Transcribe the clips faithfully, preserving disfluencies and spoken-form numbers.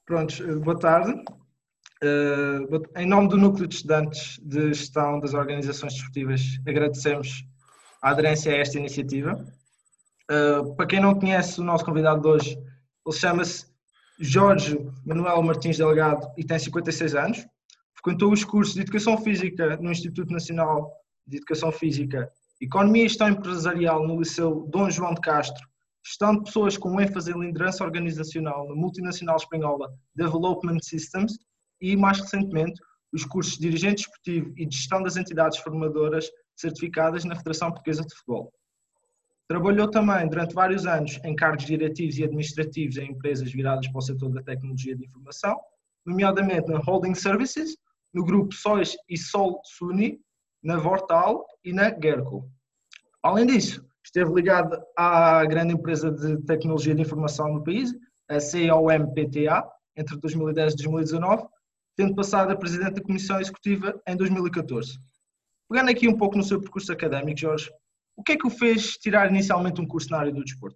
Prontos, eh, boa tarde. Eh, boa- em nome do Núcleo de Estudantes de Gestão das Organizações Desportivas, agradecemos a aderência a esta iniciativa. Eh, para quem não conhece o nosso convidado de hoje, ele chama-se Jorge Manuel Martins Delgado e tem cinquenta e seis anos. Frequentou os cursos de Educação Física no Instituto Nacional de Educação Física, Economia e Gestão Empresarial no Liceu Dom João de Castro, Gestão de Pessoas com ênfase em Liderança Organizacional na multinacional espanhola Development Systems e, mais recentemente, os cursos de Dirigente Desportivo e de Gestão das Entidades Formadoras certificadas na Federação Portuguesa de Futebol. Trabalhou também durante vários anos em cargos diretivos e administrativos em empresas viradas para o setor da tecnologia de informação, nomeadamente na Holding Services, no grupo Sois e Sol Suni, na Vortal e na Gerco. Além disso, esteve ligado à grande empresa de tecnologia de informação no país, a COMPTA, entre dois mil e dez e dois mil e dezanove, tendo passado a presidente da Comissão Executiva em dois mil e catorze. Pegando aqui um pouco no seu percurso académico, Jorge, o que é que o fez tirar inicialmente um curso na área do desporto?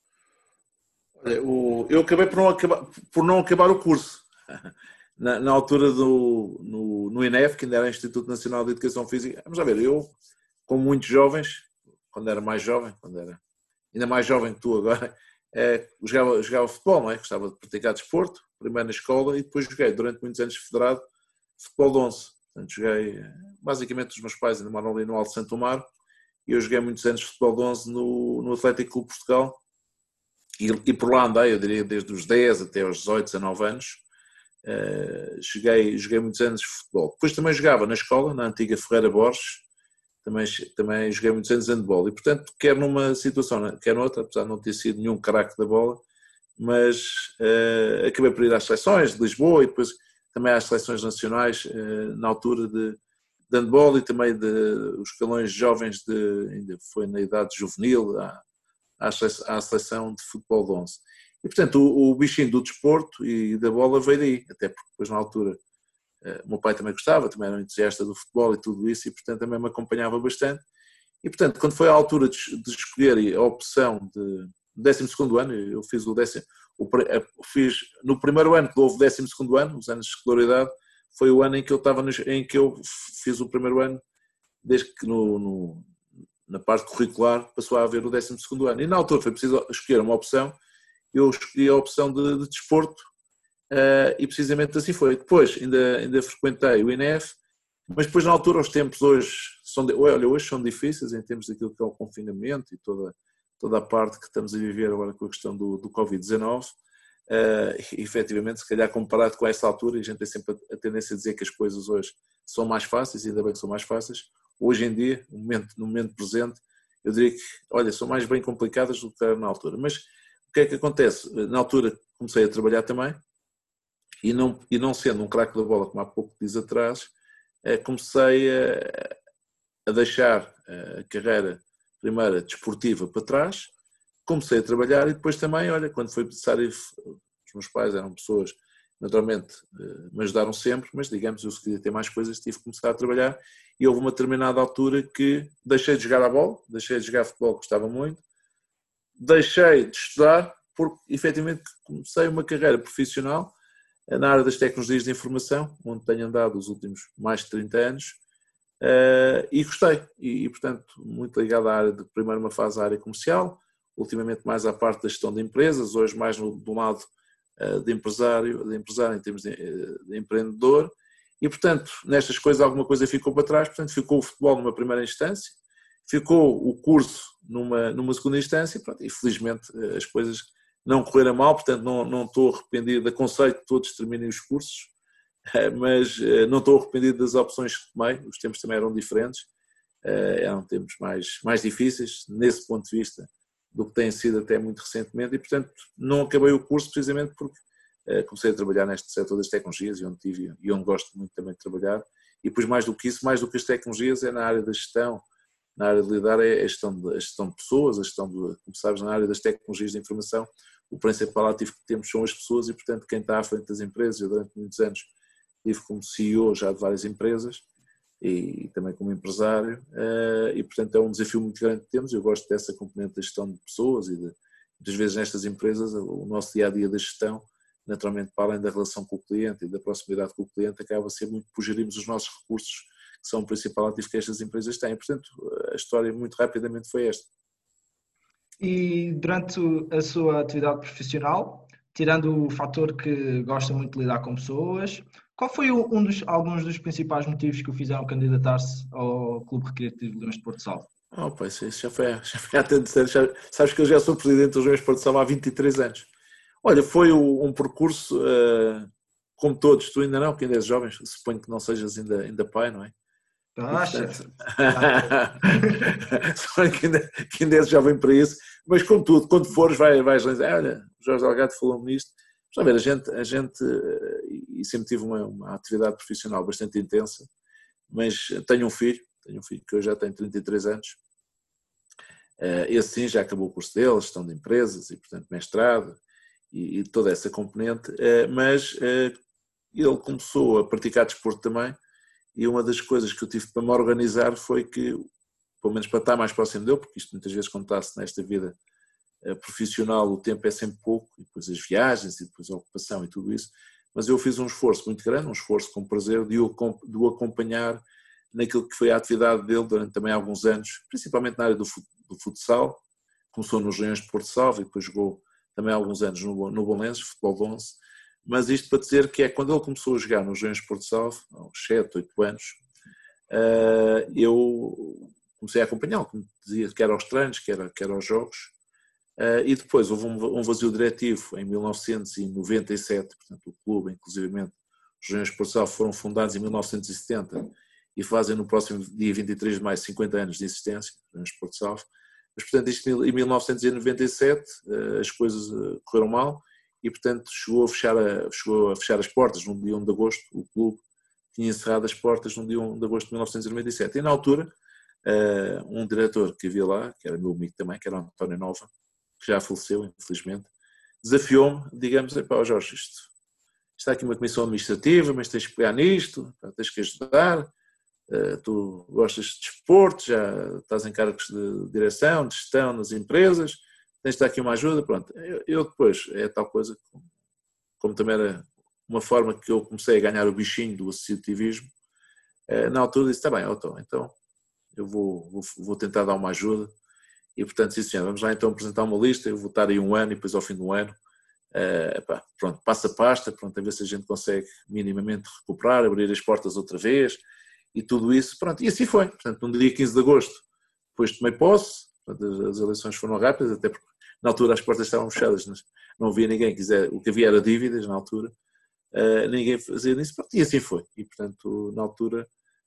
Eu acabei por não acabar, por não acabar o curso. Na, na altura do no, no I N E F, que ainda era o Instituto Nacional de Educação Física. Vamos lá ver, eu, como muitos jovens, quando era mais jovem, quando era ainda mais jovem que tu agora, é, jogava, jogava futebol, não é? Gostava de praticar desporto, primeiro na escola e depois joguei durante muitos anos federado futebol de onze. Portanto, joguei, basicamente os meus pais ainda moram ali no Alto Santo Amaro e eu joguei muitos anos futebol de onze no, no Atlético Clube Portugal e, e por lá andei, eu diria, desde os dez até aos dezoito, dezanove anos. Uh, joguei, joguei muitos anos de futebol. Depois também jogava na escola, na antiga Ferreira Borges, também, também joguei muitos anos de handball. E portanto, quer numa situação, quer noutra, apesar de não ter sido nenhum craque da bola, mas uh, acabei por ir às seleções de Lisboa e depois também às seleções nacionais uh, na altura de, de handball e também de os escalões jovens, de, ainda foi na idade juvenil, à, à, à seleção de futebol de onze. E, portanto, o, o bichinho do desporto e da bola veio daí, até porque depois na altura uh, o meu pai também gostava, também era um entusiasta do futebol e tudo isso, e portanto também me acompanhava bastante. E portanto, quando foi a altura de, de escolher a opção de décimo segundo ano, eu fiz o décimo, o, fiz, no primeiro ano que houve décimo segundo ano, os anos de escolaridade, foi o ano em que eu estava, em que eu fiz o primeiro ano, desde que no, no, na parte curricular passou a haver o décimo segundo ano. E na altura foi preciso escolher uma opção. Eu escolhi a opção de, de desporto uh, e precisamente assim foi. Depois ainda, ainda frequentei o I N E F, mas depois na altura os tempos hoje são, de, olha, hoje são difíceis em termos daquilo que é o confinamento e toda, toda a parte que estamos a viver agora com a questão do, do covid dezanove. Uh, e efetivamente, se calhar comparado com essa altura, a gente tem sempre a, a tendência a dizer que as coisas hoje são mais fáceis, e ainda bem que são mais fáceis. Hoje em dia, no momento, no momento presente, eu diria que, olha, são mais bem complicadas do que era na altura. Mas o que é que acontece? Na altura comecei a trabalhar também e não, e não sendo um craque da bola, como há pouco dias atrás, comecei a, a deixar a carreira primeira desportiva para trás, comecei a trabalhar e depois também, olha, quando foi necessário, os meus pais eram pessoas, naturalmente, me ajudaram sempre, mas digamos, eu se queria ter mais coisas, tive que começar a trabalhar e houve uma determinada altura que deixei de jogar a bola, deixei de jogar futebol, gostava muito, deixei de estudar porque efetivamente comecei uma carreira profissional na área das tecnologias de informação, onde tenho andado os últimos mais de trinta anos uh, e gostei. E, e, portanto, muito ligado à área de, primeiro uma fase à área comercial, ultimamente mais à parte da gestão de empresas, hoje mais no, do lado uh, de empresário, de empresário em termos de, de empreendedor. E, portanto, nestas coisas alguma coisa ficou para trás, portanto, ficou o futebol numa primeira instância, ficou o curso numa, numa segunda instância, pronto, e felizmente as coisas não correram mal, portanto não, não estou arrependido, aconselho que todos terminem os cursos, mas não estou arrependido das opções que tomei, os tempos também eram diferentes, eram tempos mais, mais difíceis, nesse ponto de vista, do que têm sido até muito recentemente, e portanto não acabei o curso precisamente porque comecei a trabalhar neste setor das tecnologias e onde tive e onde gosto muito também de trabalhar, e depois mais do que isso, mais do que as tecnologias é na área da gestão, na área de lidar é a gestão de, a gestão de pessoas, a gestão de, como sabes, na área das tecnologias de informação, o principal ativo que temos são as pessoas e, portanto, quem está à frente das empresas, eu durante muitos anos estive como C E O já de várias empresas e, e também como empresário e, portanto, é um desafio muito grande que temos, eu gosto dessa componente da gestão de pessoas e de, muitas vezes nestas empresas o nosso dia-a-dia da gestão naturalmente, para além da relação com o cliente e da proximidade com o cliente, acaba a ser muito por gerirmos os nossos recursos, que são o principal ativo que estas empresas têm. Portanto, a história muito rapidamente foi esta. E durante a sua atividade profissional, tirando o fator que gosta muito de lidar com pessoas, qual foi um dos, alguns dos principais motivos que o fizeram candidatar-se ao Clube Recreativo Leões de Porto Salvo? Oh, pai, isso já foi, já foi há tantos anos. Já, sabes que eu já sou presidente dos Leões de Porto Salvo há vinte e três anos. Olha, foi um percurso, uh, como todos, tu ainda não, que ainda és jovem, suponho que não sejas ainda, ainda pai, não é? Ah, portanto, suponho que ainda, que ainda és jovem para isso, mas contudo, quando fores, vais, vais dizer, olha, o Jorge Delgado falou-me nisto. Mas, a ver, a gente, a gente, e sempre tive uma, uma atividade profissional bastante intensa, mas tenho um filho, tenho um filho que hoje já tem trinta e três anos, esse sim já acabou o curso dele, gestão de empresas e, portanto, mestrado, e, e toda essa componente, mas ele começou a praticar desporto também, e uma das coisas que eu tive para me organizar foi que, pelo menos para estar mais próximo dele, porque isto muitas vezes quando está-se nesta vida profissional o tempo é sempre pouco, e depois as viagens e depois a ocupação e tudo isso, mas eu fiz um esforço muito grande, um esforço com prazer de o, de o acompanhar naquilo que foi a atividade dele durante também alguns anos, principalmente na área do, do futsal. Começou nos Leões de Porto Salvo e depois jogou também alguns anos no, no Belenenses, futebol de onze, mas isto para dizer que é quando ele começou a jogar nos Leões de Porto Salvo, aos sete, oito anos, eu comecei a acompanhá-lo, como dizia, quer aos treinos, quer, quer aos jogos, e depois houve um, um vazio diretivo em mil novecentos e noventa e sete, portanto o clube, inclusivamente, os Leões de Porto Salvo foram fundados em mil novecentos e setenta e fazem no próximo dia vinte e três de maio cinquenta anos de existência, os Leões de Porto Salvo. Mas, portanto, isto em mil novecentos e noventa e sete as coisas correram mal e, portanto, chegou a fechar, a, chegou a fechar as portas no dia um de agosto. O clube tinha encerrado as portas no dia um de agosto de mil novecentos e noventa e sete. E, na altura, um diretor que havia lá, que era meu amigo também, que era o António Nova, que já faleceu, infelizmente, desafiou-me, digamos, epá, Jorge, isto, está aqui uma comissão administrativa, mas tens que pegar nisto, tens que ajudar. Uh, tu gostas de desporto, já estás em cargos de direção, de gestão nas empresas, tens de dar aqui uma ajuda, pronto. Eu, eu depois, é tal coisa, como, como também era uma forma que eu comecei a ganhar o bichinho do associativismo, uh, na altura disse, está bem, Otto, então eu vou, vou, vou tentar dar uma ajuda, e portanto, sim senhor, vamos lá então apresentar uma lista, eu vou estar aí um ano e depois ao fim do ano, uh, pá, pronto, passa a pasta, pronto, a ver se a gente consegue minimamente recuperar, abrir as portas outra vez, e tudo isso, pronto, e assim foi. Portanto, no dia quinze de agosto, depois tomei posse, portanto, as eleições foram rápidas, até porque na altura as portas estavam fechadas, não havia ninguém que quiser, o que havia era dívidas na altura, uh, ninguém fazia isso, pronto, e assim foi. E, portanto, na altura,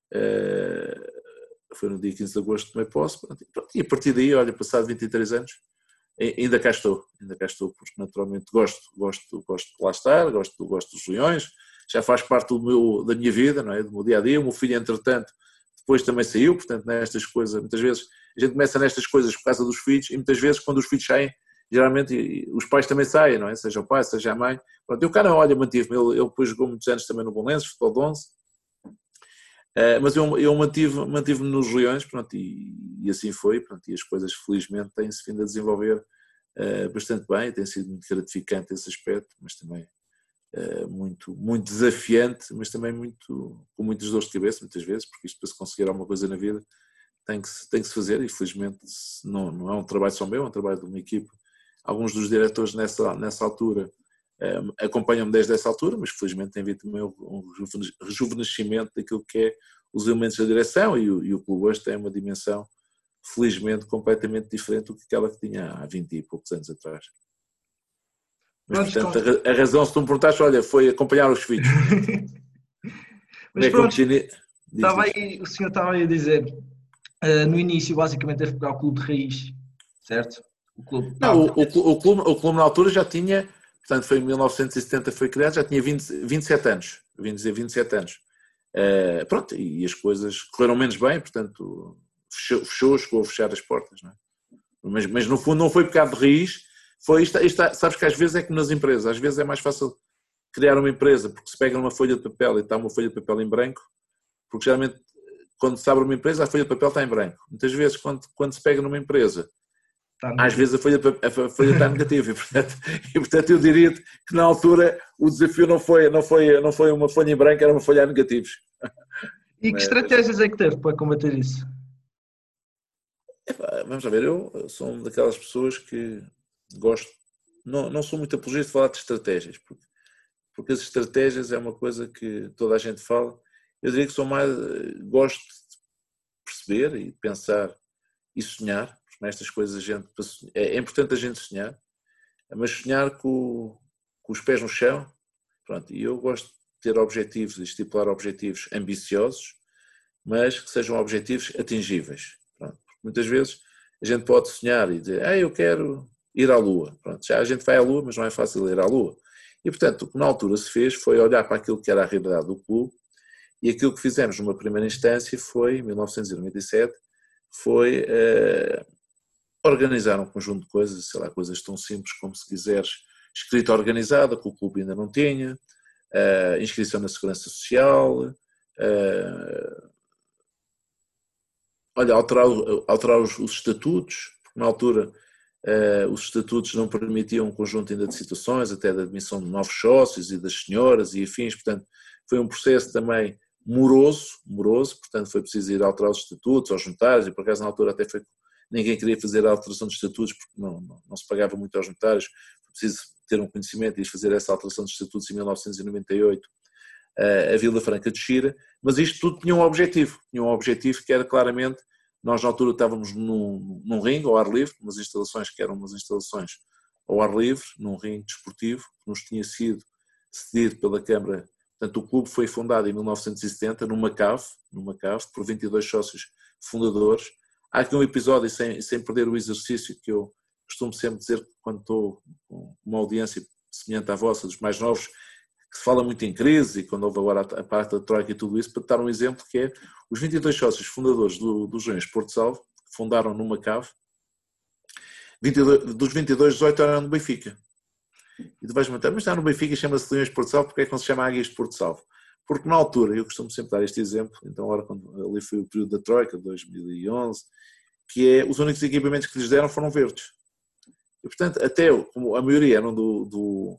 uh, foi no dia quinze de agosto, tomei posse, pronto, e, pronto, e a partir daí, olha, passado vinte e três anos, ainda cá estou, ainda cá estou, porque naturalmente gosto, gosto, gosto de lá estar, gosto, gosto dos Leões, já faz parte do meu, da minha vida, não é? Do meu dia a dia. O meu filho, entretanto, depois também saiu, portanto, nestas coisas, muitas vezes a gente começa nestas coisas por causa dos filhos, e muitas vezes, quando os filhos saem, geralmente os pais também saem, não é? Seja o pai, seja a mãe. Pronto, eu cá não, olha, mantive-me. Ele, ele depois jogou muitos anos também no Belenenses, futebol de onze, uh, mas eu, eu mantive, mantive-me nos Leões, pronto, e, e assim foi, pronto, e as coisas, felizmente, têm-se vindo a desenvolver uh, bastante bem, tem sido muito gratificante esse aspecto, mas também muito, muito desafiante, mas também muito, com muitas dores de cabeça, muitas vezes, porque isto para se conseguir alguma coisa na vida tem que, tem que se fazer, e felizmente não, não é um trabalho só meu, é um trabalho de uma equipe. Alguns dos diretores nessa, nessa altura um, acompanham-me desde essa altura, mas felizmente tem havido também um rejuvenescimento daquilo que é os elementos da direção, e o, e o clube hoje tem uma dimensão, felizmente, completamente diferente do que aquela que tinha há vinte e poucos anos atrás. Mas, pronto, portanto, com... a razão, se tu me perguntaste, olha, foi acompanhar os filhos. Mas é pronto, continue... estava aí, o senhor estava aí a dizer, uh, no início, basicamente, teve que pegar o clube de raiz, certo? O clube, não, o, o, o, clube, o clube na altura já tinha, portanto, foi em mil novecentos e setenta foi criado, já tinha vinte, vinte e sete anos, vim dizer vinte e sete anos. Uh, pronto, e as coisas correram menos bem, portanto, fechou, fechou chegou a fechar as portas, não é? Mas, mas no fundo não foi pecado de raiz. Foi isto, isto, sabes que às vezes é como nas empresas, às vezes é mais fácil criar uma empresa porque se pega numa folha de papel e está uma folha de papel em branco, porque geralmente quando se abre uma empresa a folha de papel está em branco. Muitas vezes quando, quando se pega numa empresa Está às vezes a folha, a folha está negativa e portanto, e, portanto eu diria-te que na altura o desafio não foi, não, foi, não foi uma folha em branco, era uma folha a negativos. E que estratégias é que teve para combater isso? Epá, vamos lá ver, eu sou uma daquelas pessoas que gosto, não, não sou muito apologista de falar de estratégias, porque, porque as estratégias é uma coisa que toda a gente fala. Eu diria que sou mais, gosto de perceber e pensar e sonhar, porque nestas coisas a gente, é importante a gente sonhar, mas sonhar com, com os pés no chão, pronto, e eu gosto de ter objetivos, de estipular objetivos ambiciosos, mas que sejam objetivos atingíveis. Pronto. Muitas vezes a gente pode sonhar e dizer, ah, eu quero ir à Lua. Pronto, já a gente vai à Lua, mas não é fácil ir à Lua. E, portanto, o que na altura se fez foi olhar para aquilo que era a realidade do clube, e aquilo que fizemos numa primeira instância foi, em mil novecentos e noventa e sete, foi uh, organizar um conjunto de coisas, sei lá, coisas tão simples como, se quiseres, escrita organizada, que o clube ainda não tinha, uh, inscrição na Segurança Social, uh, olha, alterar, alterar os, os estatutos, porque na altura uh, os estatutos não permitiam um conjunto ainda de situações, até da admissão de novos sócios e das senhoras e afins, portanto foi um processo também moroso, moroso, portanto foi preciso ir alterar os estatutos, aos notários, e por acaso na altura até foi, ninguém queria fazer a alteração de estatutos porque não, não, não se pagava muito aos notários, foi preciso ter um conhecimento e fazer essa alteração de estatutos em mil novecentos e noventa e oito, uh, a Vila Franca de Xira, mas isto tudo tinha um objetivo, tinha um objetivo que era claramente, nós na altura estávamos num, num ringue ao ar livre, umas instalações que eram umas instalações ao ar livre, num ringue desportivo, que nos tinha sido cedido pela Câmara. Portanto, o clube foi fundado em mil novecentos e setenta numa cave, numa cave, por vinte e dois sócios fundadores. Há aqui um episódio, sem, sem perder o exercício, que eu costumo sempre dizer quando estou com uma audiência semelhante à vossa, dos mais novos, que se fala muito em crise, e quando houve agora a parte da Troika e tudo isso, para dar um exemplo que é os vinte e dois sócios fundadores do, do Leões Porto Salvo, que fundaram numa cave, vinte e dois, dos vinte e dois, dezoito eram no Benfica. E tu vais me perguntar, mas está no Benfica e chama-se Leões Porto Salvo, porque é que não se chama Águias de Porto Salvo? Porque na altura, eu costumo sempre dar este exemplo, então agora quando ali foi o período da Troika, dois mil e onze, que é, os únicos equipamentos que lhes deram foram verdes. E portanto, até como a maioria eram do, do,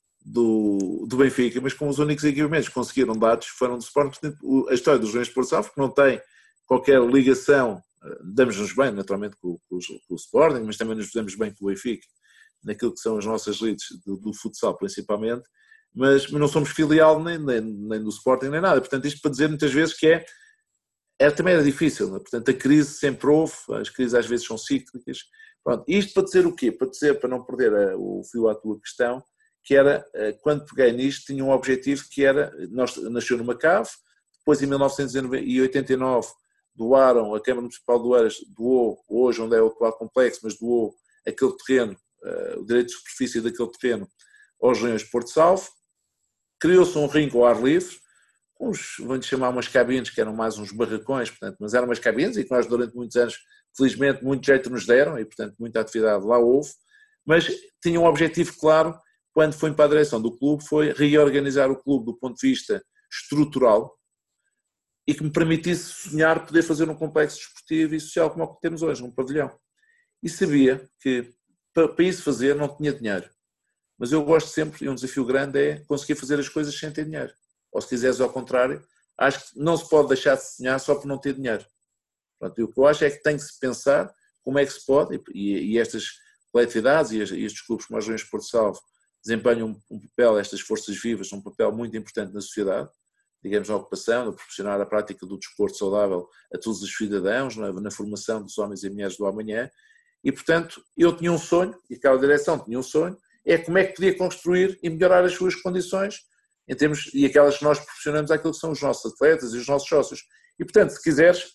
do, do Benfica, mas com os únicos equipamentos que conseguiram dados foram do Sporting. Portanto, a história dos Leões Porto Salvo, que não tem qualquer ligação, damos-nos bem naturalmente com, com, com o Sporting, mas também nos damos bem com o Benfica, naquilo que são as nossas lides do, do futsal principalmente, mas, mas não somos filial nem, nem, nem do Sporting nem nada. Portanto, isto para dizer muitas vezes que é, é também era difícil, não é? Portanto a crise sempre houve, as crises às vezes são cíclicas. Pronto, isto para dizer o quê? Para dizer, para não perder a, o fio à tua questão, que era, quando peguei nisto, tinha um objetivo que era, nós, nasceu numa cave, depois em mil novecentos e oitenta e nove doaram, a Câmara Municipal de Oeiras doou, hoje onde é o atual complexo, mas doou aquele terreno, uh, o direito de superfície daquele terreno aos Leões de Porto Salvo, criou-se um ringue ao ar livre, uns, vamos chamar umas cabines que eram mais uns barracões, portanto, mas eram umas cabines e que nós durante muitos anos, felizmente, muito jeito nos deram e, portanto, muita atividade lá houve, mas tinha um objetivo claro, quando foi para a direção do clube, foi reorganizar o clube do ponto de vista estrutural e que me permitisse sonhar poder fazer um complexo desportivo e social como o que temos hoje, um pavilhão. E sabia que para isso fazer não tinha dinheiro. Mas eu gosto sempre, e um desafio grande é conseguir fazer as coisas sem ter dinheiro. Ou se quiseres ao contrário, acho que não se pode deixar de sonhar só por não ter dinheiro. Pronto, e o que eu acho é que tem que se pensar como é que se pode, e, e estas coletividades e, e estes clubes como os Leões de Porto Salvo desempenham um, um papel, estas forças vivas, um papel muito importante na sociedade, digamos na ocupação, na proporcionar a prática do desporto saudável a todos os cidadãos, na, na formação dos homens e mulheres do amanhã, e portanto eu tinha um sonho, e aquela direção tinha um sonho, é como é que podia construir e melhorar as suas condições, em termos, e aquelas que nós proporcionamos àquilo que são os nossos atletas e os nossos sócios. E portanto, se quiseres,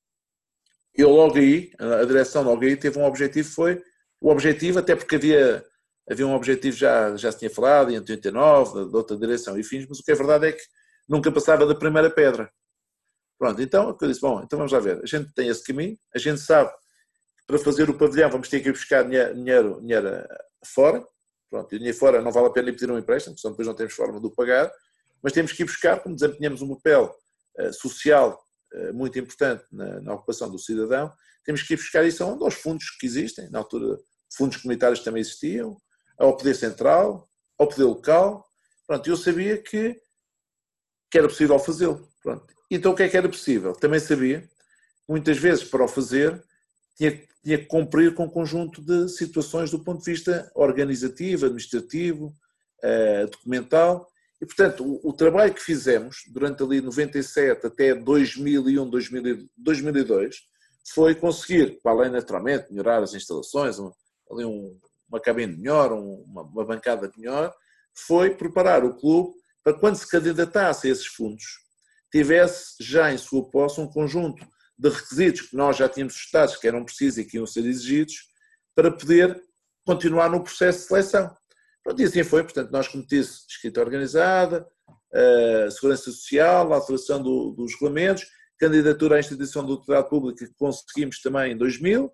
eu logo aí, a direção logo aí teve um objetivo, foi o objetivo, até porque havia, havia um objetivo, já, já se tinha falado, em oitenta e nove, de outra direção e fins, mas o que é verdade é que nunca passava da primeira pedra. Pronto, então eu disse, bom, então vamos lá ver, a gente tem esse caminho, a gente sabe que para fazer o pavilhão vamos ter que ir buscar dinheiro, dinheiro, dinheiro fora. Pronto, e o dinheiro fora não vale a pena ir pedir um empréstimo, porque depois não temos forma de o pagar, mas temos que ir buscar, como desempenhamos um papel uh, social muito importante na, na ocupação do cidadão, temos que ir buscar isso a um dos fundos que existem, na altura fundos comunitários também existiam, ao poder central, ao poder local. Pronto, eu sabia que, que era possível fazê-lo. Pronto. Então o que é que era possível? Também sabia que muitas vezes para o fazer tinha, tinha que cumprir com um conjunto de situações do ponto de vista organizativo, administrativo, uh, documental. E, portanto, o, o trabalho que fizemos durante ali noventa e sete até dois mil e um, dois mil e dois foi conseguir, para além naturalmente, melhorar as instalações, um, ali um, uma cabine melhor, um, uma, uma bancada melhor, foi preparar o clube para quando se candidatasse a esses fundos, tivesse já em sua posse um conjunto de requisitos que nós já tínhamos testados, que eram precisos e que iam ser exigidos, para poder continuar no processo de seleção. Pronto, e assim foi, portanto, nós, como disse, escrita organizada, uh, segurança social, alteração do, dos regulamentos, candidatura à instituição de utilidade pública que conseguimos também em dois mil,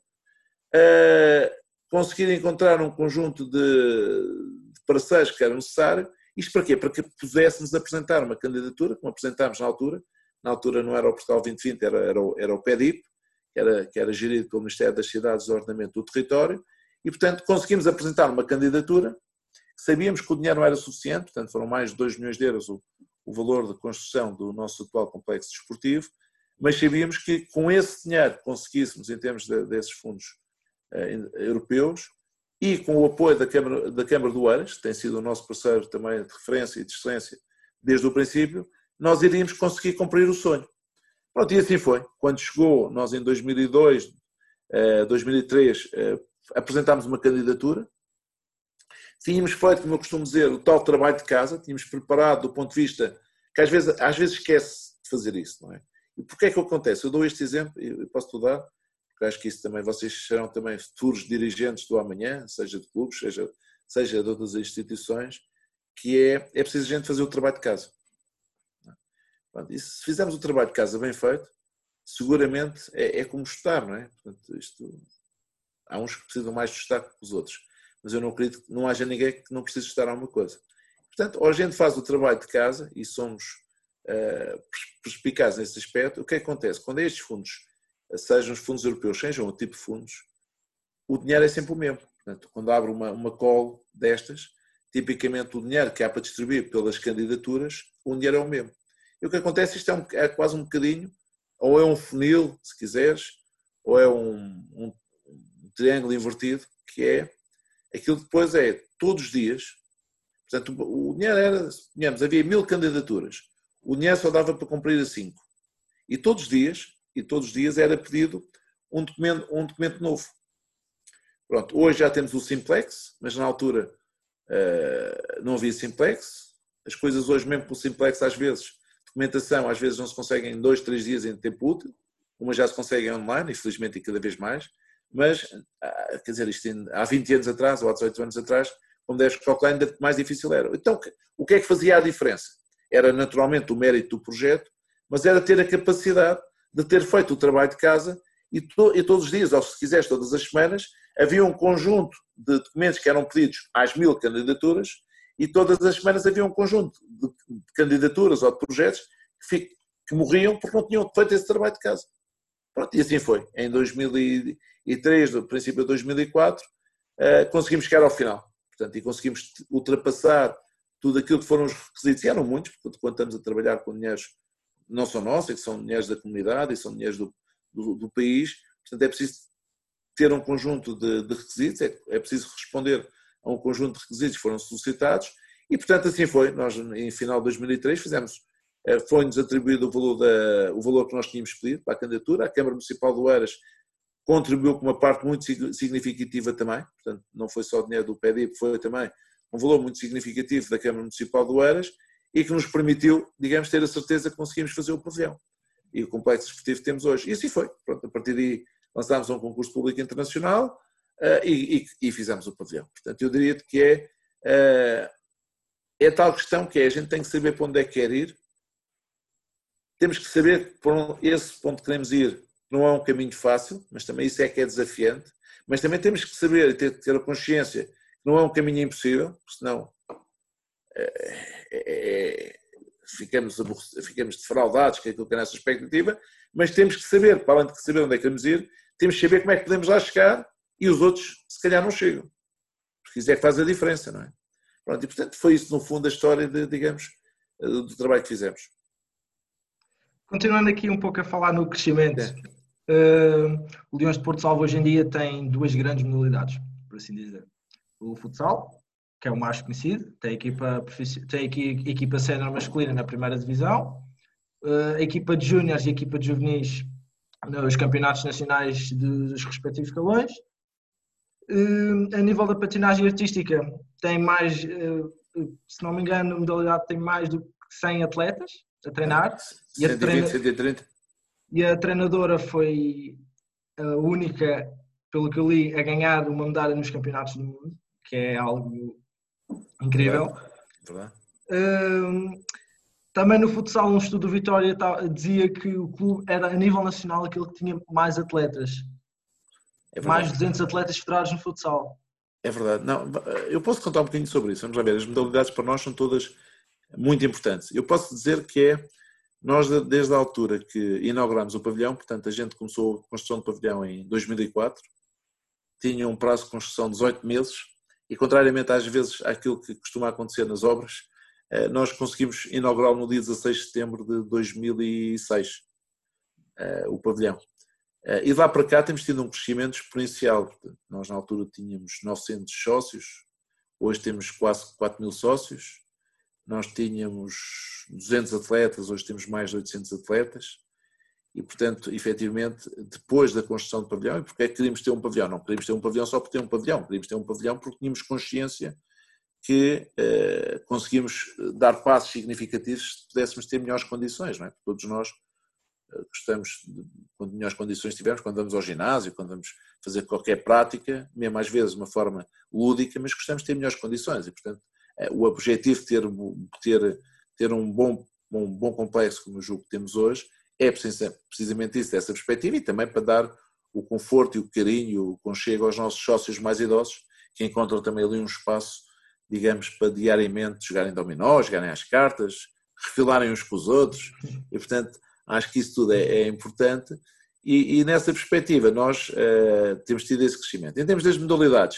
uh, conseguir encontrar um conjunto de, de parceiros que era necessário. Isto para quê? Para que pudéssemos apresentar uma candidatura, como apresentámos na altura. Na altura não era o Portugal vinte vinte, era, era, o, era o P E D I P, que era, que era gerido pelo Ministério das Cidades e do Ordenamento do Território, e, portanto, conseguimos apresentar uma candidatura. Sabíamos que o dinheiro não era suficiente, portanto foram mais de dois milhões de euros o, o valor de construção do nosso atual complexo desportivo, mas sabíamos que com esse dinheiro conseguíssemos, em termos de, desses fundos eh, europeus, e com o apoio da Câmara, da Câmara do Eiras, que tem sido o nosso parceiro também de referência e de excelência desde o princípio, nós iríamos conseguir cumprir o sonho. Pronto, e assim foi. Quando chegou, nós em dois mil e dois, eh, dois mil e três, eh, apresentámos uma candidatura. Tínhamos feito, como eu costumo dizer, o tal trabalho de casa, tínhamos preparado do ponto de vista que às vezes, às vezes esquece de fazer isso, não é? E porquê é que acontece? Eu dou este exemplo, e posso-te dar, porque acho que isso também, vocês serão também futuros dirigentes do amanhã, seja de clubes, seja, seja de outras instituições, que é, é preciso a gente fazer o trabalho de casa. E se fizermos o trabalho de casa bem feito, seguramente é, é como estudar, não é? Portanto, isto, há uns que precisam mais de estudar que os outros. Mas eu não acredito que não haja ninguém que não precise estar a alguma coisa. Portanto, ou a gente faz o trabalho de casa e somos uh, perspicazes nesse aspecto, o que acontece? Quando estes fundos, sejam os fundos europeus, sejam o tipo de fundos, o dinheiro é sempre o mesmo. Portanto, quando abre uma, uma call destas, tipicamente o dinheiro que há para distribuir pelas candidaturas, o dinheiro é o mesmo. E o que acontece, isto é, um, é quase um bocadinho, ou é um funil, se quiseres, ou é um, um, um triângulo invertido, que é aquilo que depois é, todos os dias, portanto, o dinheiro era, digamos, havia mil candidaturas, o dinheiro só dava para cumprir a cinco. E todos os dias, e todos os dias era pedido um documento, um documento novo. Pronto, hoje já temos o Simplex, mas na altura uh, não havia Simplex. As coisas hoje, mesmo com o Simplex, às vezes, documentação, às vezes não se consegue em dois, três dias em tempo útil, uma já se consegue online, infelizmente, e cada vez mais. Mas, quer dizer, isto há vinte anos atrás, ou há dezoito anos atrás, como deves calcular, ainda mais difícil era. Então, o que é que fazia a diferença? Era naturalmente o mérito do projeto, mas era ter a capacidade de ter feito o trabalho de casa e, to, e todos os dias, ou se quiseres todas as semanas, havia um conjunto de documentos que eram pedidos às mil candidaturas e todas as semanas havia um conjunto de, de candidaturas ou de projetos que, fico, que morriam porque não tinham feito esse trabalho de casa. Pronto, e assim foi. Em dois mil e três, no princípio de dois mil e quatro, uh, conseguimos chegar ao final. Portanto, e conseguimos ultrapassar tudo aquilo que foram os requisitos. E eram muitos, porque quando estamos a trabalhar com dinheiros que não são nossos, que são dinheiros da comunidade e são dinheiros do, do, do país, portanto é preciso ter um conjunto de, de requisitos, é, é preciso responder a um conjunto de requisitos que foram solicitados e, portanto, assim foi. Nós, em final de dois mil e três, fizemos, foi-nos atribuído o valor, da, o valor que nós tínhamos pedido para a candidatura. A Câmara Municipal do Eiras contribuiu com uma parte muito significativa também, portanto, não foi só o dinheiro do P E D I P, foi também um valor muito significativo da Câmara Municipal do Eiras e que nos permitiu, digamos, ter a certeza que conseguimos fazer o pavilhão. E o complexo desportivo que temos hoje. E assim foi. Pronto, a partir daí lançámos um concurso público internacional uh, e, e, e fizemos o pavilhão. Portanto, eu diria que é, uh, é tal questão que é, a gente tem que saber para onde é que quer ir, temos que saber para esse ponto que queremos ir. Não é um caminho fácil, mas também isso é que é desafiante, mas também temos que saber e ter, ter a consciência que não é um caminho impossível, senão é, é, ficamos, ficamos defraudados com aquilo que é a nossa expectativa, mas temos que saber, para além de saber onde é que queremos ir, temos que saber como é que podemos lá chegar e os outros, se calhar, não chegam. Porque isso é que faz a diferença, não é? Pronto, e, portanto, foi isso, no fundo, a história, de, digamos, do trabalho que fizemos. Continuando aqui um pouco a falar no crescimento, É. uh, o Leões de Porto Salvo hoje em dia tem duas grandes modalidades, por assim dizer. O futsal, que é o mais conhecido, tem a equipa, tem a equipa sénior masculina na primeira divisão, uh, a equipa de júniores e a equipa de juvenis nos campeonatos nacionais dos respectivos escalões. Uh, a nível da patinagem artística, tem mais, uh, se não me engano, a modalidade tem mais do que cem atletas a treinar. cento e vinte, cento e trinta. E a treinadora foi a única, pelo que eu li, a ganhar uma medalha nos campeonatos do mundo, que é algo incrível. Verdade. Uh, também no futsal, um estudo do Vitória dizia que o clube era, a nível nacional, aquele que tinha mais atletas. É mais de duzentos atletas federados no futsal. É verdade. Não, eu posso contar um bocadinho sobre isso. Vamos lá ver. As modalidades para nós são todas muito importantes. Eu posso dizer que é, nós desde a altura que inauguramos o pavilhão, portanto a gente começou a construção do pavilhão em dois mil e quatro, tinha um prazo de construção de dezoito meses e, contrariamente às vezes àquilo que costuma acontecer nas obras, nós conseguimos inaugurá-lo no dia dezasseis de setembro de dois mil e seis, o pavilhão. E de lá para cá temos tido um crescimento exponencial. Portanto, nós na altura tínhamos novecentos sócios, hoje temos quase quatro mil sócios, nós tínhamos duzentos atletas, hoje temos mais de oitocentos atletas e, portanto, efetivamente, depois da construção do pavilhão, e porque é que queríamos ter um pavilhão? Não queríamos ter um pavilhão só por ter um pavilhão, queríamos ter um pavilhão porque tínhamos consciência que eh, conseguimos dar passos significativos se pudéssemos ter melhores condições, não é? Porque todos nós gostamos, de, quando melhores condições tivermos, quando vamos ao ginásio, quando vamos fazer qualquer prática, mesmo às vezes de uma forma lúdica, mas gostamos de ter melhores condições e, portanto, o objetivo de ter, ter, ter um, bom, um bom complexo como o julgo que temos hoje é precisamente isso, dessa perspectiva, e também para dar o conforto e o carinho, o conchego aos nossos sócios mais idosos, que encontram também ali um espaço, digamos, para diariamente jogarem dominó, jogarem às cartas, refilarem uns com os outros, e, portanto, acho que isso tudo é, é importante e, e nessa perspectiva nós uh, temos tido esse crescimento. Em termos das modalidades,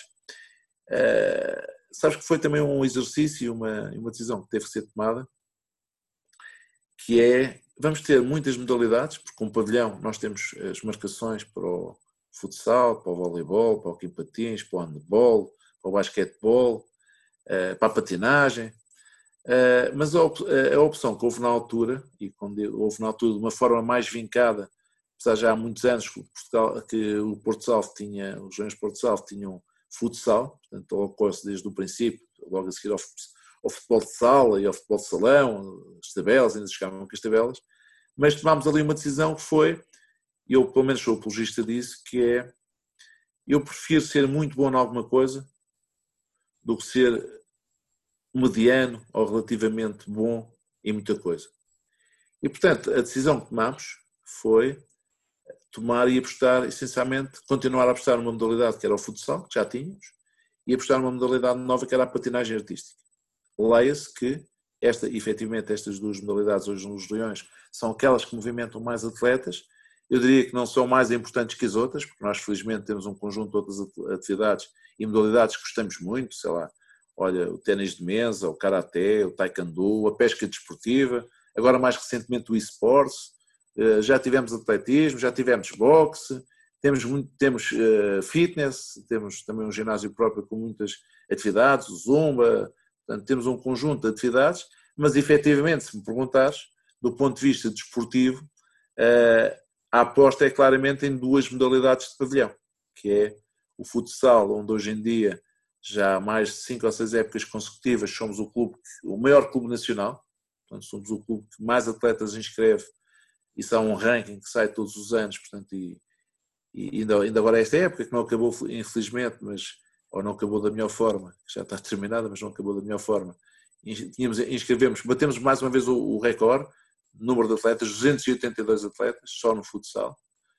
uh, sabes que foi também um exercício, uma, uma decisão que teve que ser tomada, que é, vamos ter muitas modalidades, porque com um pavilhão nós temos as marcações para o futsal, para o voleibol, para o quim-patins, para o handball, para o basquetebol, uh, para a patinagem. Uh, mas a, op a opção que houve na altura, e quando houve na altura de uma forma mais vincada, apesar já há muitos anos que o, Portugal, que o Porto Salvo tinha, os Leões de Porto Salvo tinham futsal, portanto ocorre-se desde o princípio, logo a seguir ao, ao futebol de sala e ao futebol de salão, as tabelas, ainda se chegavam com as tabelas, mas tomámos ali uma decisão que foi, eu pelo menos sou apologista disso, que é, eu prefiro ser muito bom em alguma coisa do que ser mediano ou relativamente bom em muita coisa. E, portanto, a decisão que tomámos foi tomar e apostar, essencialmente, continuar a apostar numa modalidade que era o futsal, que já tínhamos, e apostar numa modalidade nova que era a patinagem artística. Leia-se que, esta, efetivamente, estas duas modalidades hoje nos Leões são aquelas que movimentam mais atletas. Eu diria que não são mais importantes que as outras, porque nós, felizmente, temos um conjunto de outras atividades e modalidades que gostamos muito, sei lá, olha, o ténis de mesa, o karaté, o taekwondo, a pesca desportiva, agora mais recentemente o e-sports, já tivemos atletismo, já tivemos boxe, temos, muito, temos fitness, temos também um ginásio próprio com muitas atividades, o zumba, portanto temos um conjunto de atividades, mas efetivamente, se me perguntares, do ponto de vista desportivo, a aposta é claramente em duas modalidades de pavilhão, que é o futsal, onde hoje em dia já há mais de cinco ou seis épocas consecutivas somos o clube, o maior clube nacional, portanto somos o clube que mais atletas inscreve, isso há um ranking que sai todos os anos, portanto, e, e ainda, ainda agora esta época, que não acabou infelizmente, mas, ou não acabou da melhor forma, já está terminada, mas não acabou da melhor forma, Tínhamos, inscrevemos, batemos mais uma vez o, o recorde, número de atletas, duzentos e oitenta e dois atletas, só no futsal.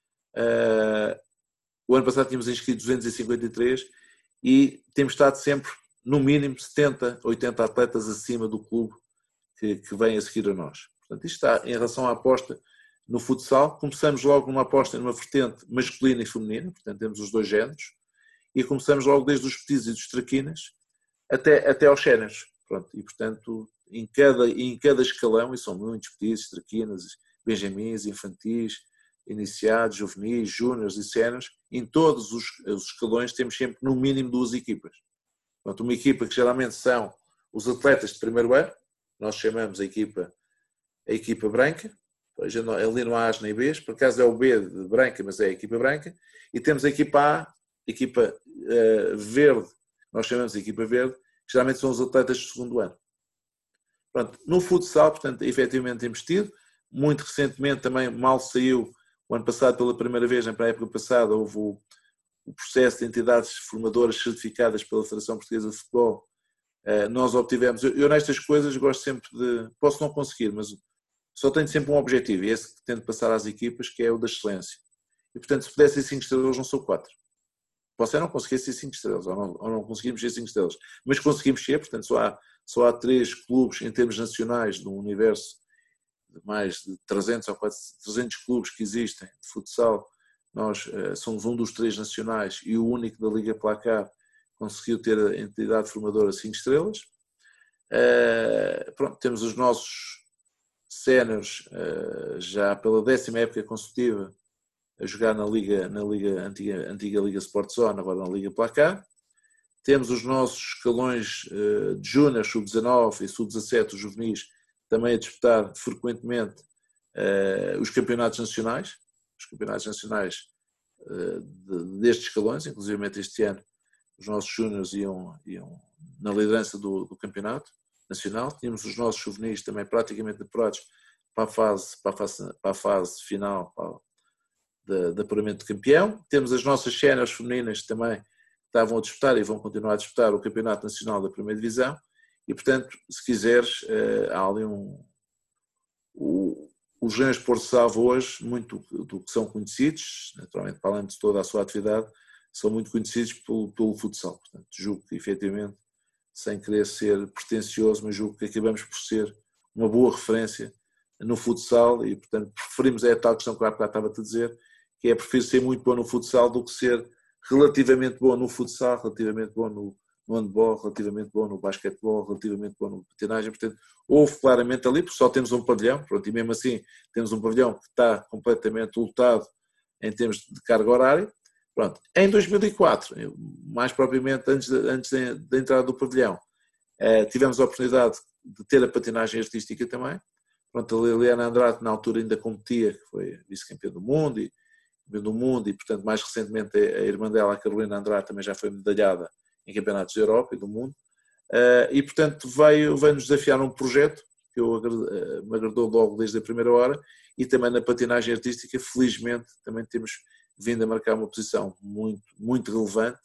Uh, o ano passado tínhamos inscrito duzentos e cinquenta e três e temos estado sempre, no mínimo, setenta, oitenta atletas acima do clube que, que vem a seguir a nós. Portanto, isto está, em relação à aposta, no futsal. Começamos logo numa aposta numa vertente masculina e feminina, portanto temos os dois géneros, e começamos logo desde os petis e dos traquinas até, até aos séniores. Pronto, e portanto, em cada, em cada escalão, e são muitos petis, traquinas, benjamins, infantis, iniciados, juvenis, júniores e séniores, em todos os, os escalões temos sempre no mínimo duas equipas. Portanto, uma equipa que geralmente são os atletas de primeiro ano, nós chamamos a equipa, a equipa branca, ali não há A's nem B's, por acaso é o B de branca, mas é a equipa branca, e temos a equipa A, a equipa uh, verde, nós chamamos de equipa verde, que geralmente são os atletas do segundo ano. Pronto, no futsal, portanto, efetivamente temos tido, muito recentemente também, mal saiu, o ano passado pela primeira vez, na época passada, houve o, o processo de entidades formadoras certificadas pela Federação Portuguesa de Futebol. Uh, nós obtivemos, eu, eu nestas coisas gosto sempre de, posso não conseguir, mas só tenho sempre um objetivo, e esse que tento passar às equipas, que é o da excelência. E portanto, se pudesse ser cinco estrelas, não sou quatro. Posso é não conseguir ser cinco estrelas, ou não, ou não conseguimos ser cinco estrelas, mas conseguimos ser, portanto só há, só há três clubes em termos nacionais no universo de mais de trezentos ou trezentos clubes que existem de futsal. Nós uh, somos um dos três nacionais e o único da Liga Placar conseguiu ter a entidade formadora cinco estrelas. Uh, pronto, temos os nossos séniores uh, já pela décima época consecutiva a jogar na Liga, na Liga antiga, antiga Liga Sport Zone, agora na Liga Placar. Temos os nossos escalões uh, de Júnior, sub dezanove e sub dezassete, os juvenis, também a disputar frequentemente uh, os campeonatos nacionais, os campeonatos nacionais uh, de, destes escalões, inclusive este ano os nossos júniores iam, iam na liderança do, do campeonato nacional. Tínhamos os nossos juvenis também praticamente apurados para a fase, para a fase, para a fase final para, de, de apuramento de campeão. Temos as nossas séniores femininas também que estavam a disputar e vão continuar a disputar o campeonato nacional da primeira divisão. E, portanto, se quiseres, há ali um... O, os Leões de Porto Salvo hoje, muito do que são conhecidos, naturalmente, para além de toda a sua atividade, são muito conhecidos pelo, pelo futsal. Portanto, julgo que, efetivamente, sem querer ser pretencioso, mas julgo que acabamos por ser uma boa referência no futsal e, portanto, preferimos, é a tal questão que eu há bocado estava a te dizer, que é prefiro ser muito bom no futsal do que ser relativamente bom no futsal, relativamente bom no, no handball, relativamente bom no basquetebol, relativamente bom no patinagem. Portanto, houve claramente ali, porque só temos um pavilhão, pronto, e mesmo assim temos um pavilhão que está completamente lotado em termos de carga horária. Pronto. Em dois mil e quatro, mais propriamente antes, de, antes da entrada do pavilhão, eh, tivemos a oportunidade de ter a patinagem artística também. Pronto, a Liliana Andrade na altura ainda competia, que foi vice-campeã do mundo e, do mundo e, portanto, mais recentemente a irmã dela, a Carolina Andrade, também já foi medalhada em campeonatos da Europa e do mundo. Uh, e, portanto, veio, veio nos desafiar um projeto que eu, uh, me agradou logo desde a primeira hora e também na patinagem artística, felizmente, também temos vindo a marcar uma posição muito, muito relevante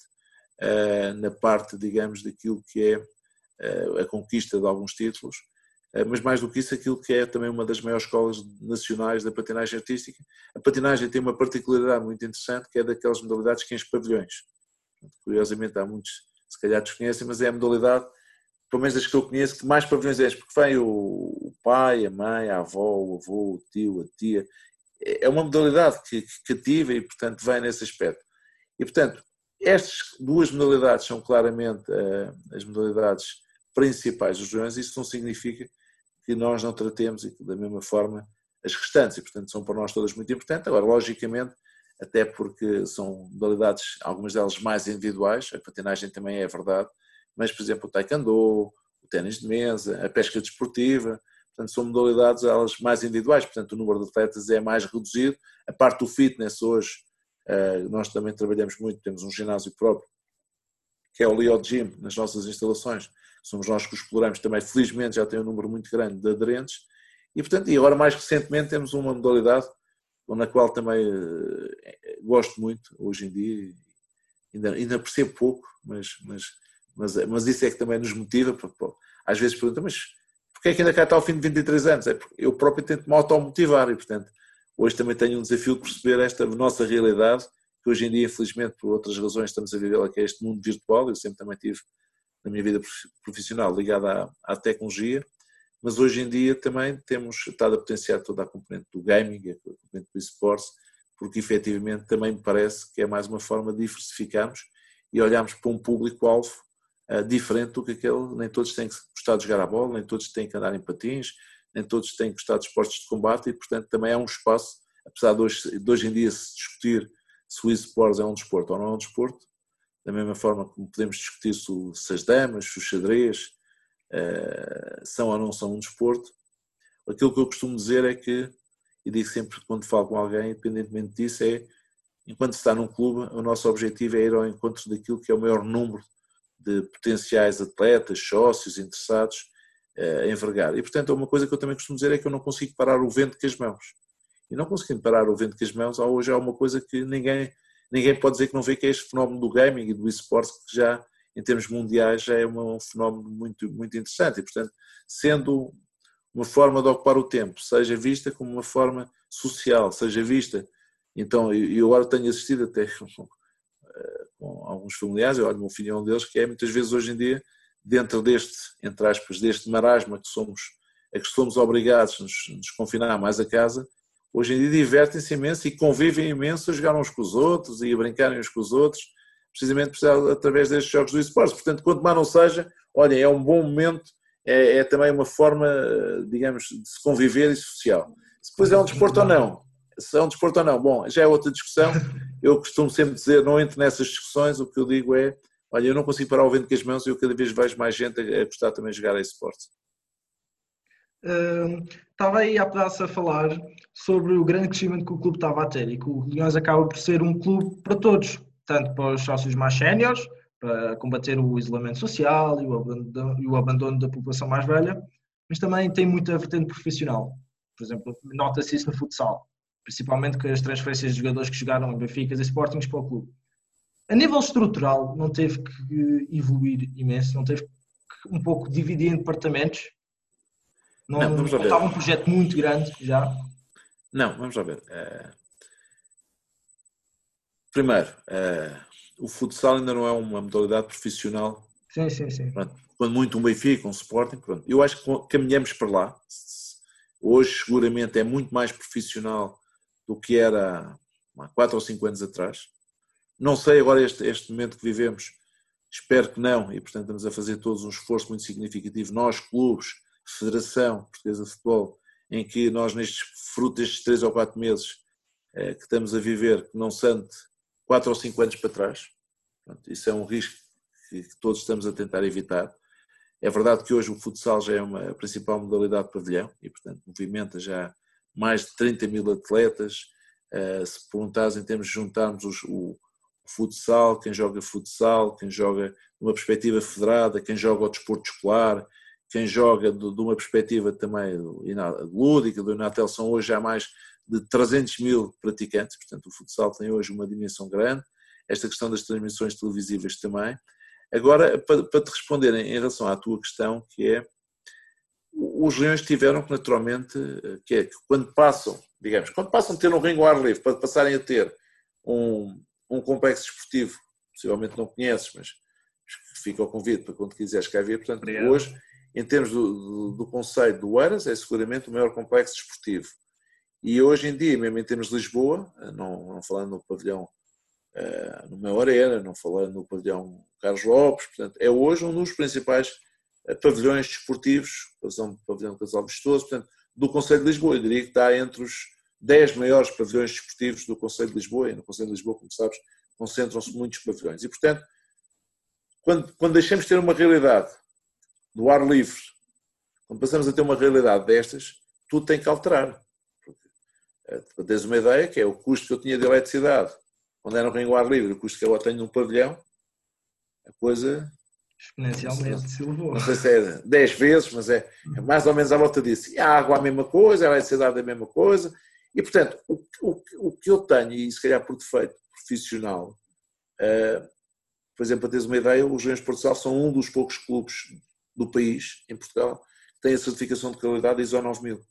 uh, na parte, digamos, daquilo que é uh, a conquista de alguns títulos, uh, mas mais do que isso, aquilo que é também uma das maiores escolas nacionais da patinagem artística. A patinagem tem uma particularidade muito interessante, que é daquelas modalidades que enche pavilhões. Curiosamente, há muitos, se calhar desconhecem, mas é a modalidade, pelo menos das que eu conheço, que mais pavilhões enche, porque vem o, o pai, a mãe, a avó, o avô, o tio, a tia. É uma modalidade que, que cativa e, portanto, vem nesse aspecto. E, portanto, estas duas modalidades são claramente uh, as modalidades principais dos Leões. Isso não significa que nós não tratemos e que, da mesma forma, as restantes. E, portanto, são para nós todas muito importantes. Agora, logicamente, até porque são modalidades, algumas delas mais individuais, a patinagem também é verdade, mas, por exemplo, o taekwondo, o ténis de mesa, a pesca desportiva, portanto, são modalidades elas mais individuais, portanto, o número de atletas é mais reduzido. A parte do fitness hoje, nós também trabalhamos muito, temos um ginásio próprio, que é o Leo Gym, nas nossas instalações, somos nós que o exploramos também, felizmente já tem um número muito grande de aderentes, e, portanto, e agora mais recentemente temos uma modalidade na qual também uh, gosto muito hoje em dia, ainda, ainda percebo pouco, mas, mas, mas, mas isso é que também nos motiva. Porque, às vezes perguntam, mas porquê é que ainda cá está ao fim de vinte e três anos? É porque eu próprio tento me automotivar e, portanto, hoje também tenho um desafio de perceber esta nossa realidade, que hoje em dia, infelizmente, por outras razões, estamos a viver, que é este mundo virtual. Eu sempre também tive, na minha vida profissional, ligada à, à tecnologia, mas hoje em dia também temos estado a potenciar toda a componente do gaming, a componente do esportes, porque efetivamente também me parece que é mais uma forma de diversificarmos e olharmos para um público-alvo uh, diferente do que aquele. Nem todos têm que gostar de jogar a bola, nem todos têm que andar em patins, nem todos têm que gostar de esportes de combate e, portanto, também é um espaço, apesar de hoje, de hoje em dia se discutir se o esportes é um desporto ou não é um desporto, da mesma forma como podemos discutir se, se as damas, se os xadrez uh, são ou não são um desporto. Aquilo que eu costumo dizer é que, e digo sempre quando falo com alguém, independentemente disso, é, enquanto se está num clube, o nosso objetivo é ir ao encontro daquilo que é o maior número de potenciais atletas, sócios, interessados uh, em envergar. E, portanto, uma coisa que eu também costumo dizer é que eu não consigo parar o vento com as mãos. E não conseguindo parar o vento com as mãos, hoje há uma coisa que ninguém, ninguém pode dizer que não vê, que é este fenómeno do gaming e do esportes, que já, em termos mundiais, já é um fenómeno muito, muito interessante. E, portanto, sendo uma forma de ocupar o tempo, seja vista como uma forma social, seja vista. Então, eu agora tenho assistido até com, com alguns familiares, eu olho o meu filho é um deles, que é muitas vezes hoje em dia, dentro deste, entre aspas, deste marasma que somos, a que somos obrigados a nos, nos confinar mais a casa, hoje em dia divertem-se imenso e convivem imenso a jogar uns com os outros e a brincarem uns com os outros, precisamente através destes jogos do esportes. Portanto, quanto mais não seja, olhem, é um bom momento, é, é também uma forma, digamos, de se conviver e social. Se depois é um desporto ou não, se é um desporto ou não, bom, já é outra discussão. Eu costumo sempre dizer, não entro nessas discussões, o que eu digo é, olha, eu não consigo parar o vento com as mãos e eu cada vez vejo mais gente a, a gostar também de jogar a esporte. Uh, estava aí há pedaço a falar sobre o grande crescimento que o clube estava a ter e que o Leões acaba por ser um clube para todos, tanto para os sócios mais séniores, para combater o isolamento social e o, abandono, e o abandono da população mais velha, mas também tem muita vertente profissional. Por exemplo, nota-se isso no futsal, principalmente com as transferências de jogadores que jogaram em Benfica e Sportings para o clube. A nível estrutural, não teve que evoluir imenso, não teve que um pouco dividir em departamentos. Não, não, vamos lá ver. Estava um projeto muito grande já. Não, vamos lá ver. Uh, primeiro, uh, o futsal ainda não é uma modalidade profissional. Sim, sim, sim. Pronto, quando muito um Benfica, um Sporting, pronto. Eu acho que caminhamos para lá. Hoje, seguramente, é muito mais profissional do que era há quatro ou cinco anos atrás. Não sei agora este, este momento que vivemos, espero que não, e portanto estamos a fazer todos um esforço muito significativo, nós, clubes, Federação Portuguesa de Futebol, em que nós nestes frutos destes três ou quatro meses eh, que estamos a viver, que não sente quatro ou cinco anos para trás. Portanto, isso é um risco que, que todos estamos a tentar evitar. É verdade que hoje o futsal já é uma a principal modalidade de pavilhão e, portanto, movimenta já mais de trinta mil atletas. Uh, se perguntares em termos de juntarmos os, o, o futsal, quem joga futsal, quem joga numa perspectiva federada, quem joga o desporto escolar, quem joga de, de uma perspectiva também lúdica, do Inatel, são hoje já mais de trezentos mil praticantes, portanto o futsal tem hoje uma dimensão grande, esta questão das transmissões televisivas também. Agora, para, para te responder em relação à tua questão, que é, os Leões tiveram que naturalmente, que é que quando passam, digamos, quando passam a ter um ringue ao ar livre, para passarem a ter um, um complexo desportivo, possivelmente não conheces, mas fica o convite para quando quiseres cá vir, portanto, Obrigado. Hoje, em termos do, do, do conceito do Eiras, é seguramente o maior complexo desportivo. E hoje em dia, mesmo em termos de Lisboa, não, não falando no pavilhão Uh, no meu Arena, não falando no pavilhão Carlos Lopes, portanto, é hoje um dos principais uh, pavilhões desportivos, o pavilhão Casal Vistoso, portanto, do Concelho de Lisboa. Eu diria que está entre os dez maiores pavilhões desportivos do Concelho de Lisboa, e no Concelho de Lisboa, como sabes, concentram-se muitos pavilhões. E, portanto, quando, quando deixamos de ter uma realidade do ar livre, quando passamos a ter uma realidade destas, tudo tem que alterar. Porque, uh, para teres uma ideia, que é o custo que eu tinha de eletricidade quando era um ringue ao ar livre, o custo que eu tenho num pavilhão, a coisa... Exponencialmente se elevou. Não sei se é dez vezes, mas é, é mais ou menos à volta disso. E a água a mesma coisa, a eletricidade a mesma coisa. E, portanto, o, o, o que eu tenho, e se calhar por defeito profissional, uh, por exemplo, para teres uma ideia, os Leões de Portugal são um dos poucos clubes do país, em Portugal, que tem a certificação de qualidade I S O nove mil.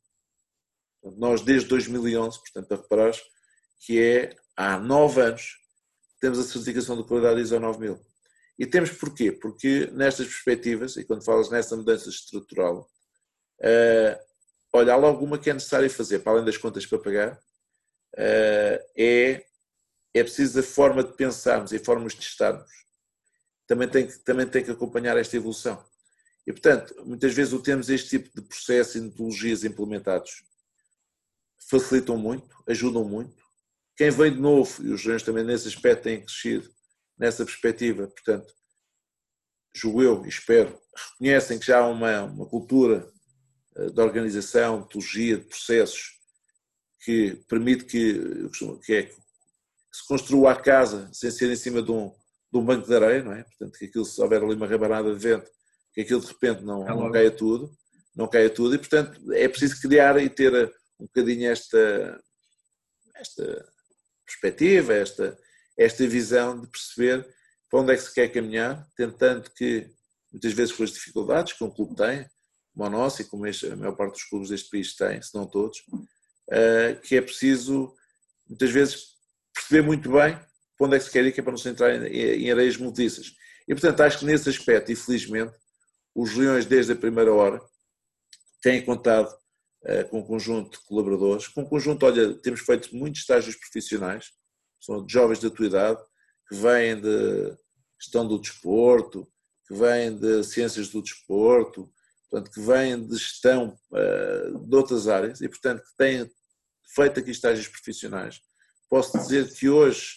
Nós, desde dois mil e onze, portanto, para reparares, que é há nove anos, temos a certificação de qualidade I S O nove mil. E temos porquê? Porque nestas perspectivas, e quando falas nessa mudança estrutural, Uh, olha, há logo uma que é necessário fazer, para além das contas para pagar, uh, é, é preciso a forma de pensarmos e a forma de testarmos. Também tem, que, também tem que acompanhar esta evolução. E, portanto, muitas vezes o termos este tipo de processos e metodologias implementados facilitam muito, ajudam muito. Quem vem de novo, e os jovens também nesse aspecto têm crescido, nessa perspectiva, portanto, julgo eu e espero, reconhecem que já há uma, uma cultura de organização, de metodologia, de processos que permite que, que, é, que se construa a casa sem ser em cima de um, de um banco de areia, não é? Portanto, que aquilo, se houver ali uma rabanada de vento, que aquilo de repente não, é não caia tudo, não caia tudo, e portanto é preciso criar e ter um bocadinho esta, esta perspectiva, esta, esta visão de perceber para onde é que se quer caminhar, tentando que, muitas vezes com as dificuldades que um clube tem, como o nosso e como este, a maior parte dos clubes deste país têm, se não todos, uh, que é preciso, muitas vezes, perceber muito bem para onde é que se quer ir, que é para não se entrar em, em areias movediças. E, portanto, acho que nesse aspecto, infelizmente, os Leões, desde a primeira hora, têm contado uh, com um conjunto de colaboradores, com um conjunto, olha, temos feito muitos estágios profissionais, são de jovens da tua idade, que vêm de gestão do desporto, que vêm de ciências do desporto, portanto, que vêm de gestão uh, de outras áreas e, portanto, que têm feito aqui estágios profissionais. Posso dizer que hoje,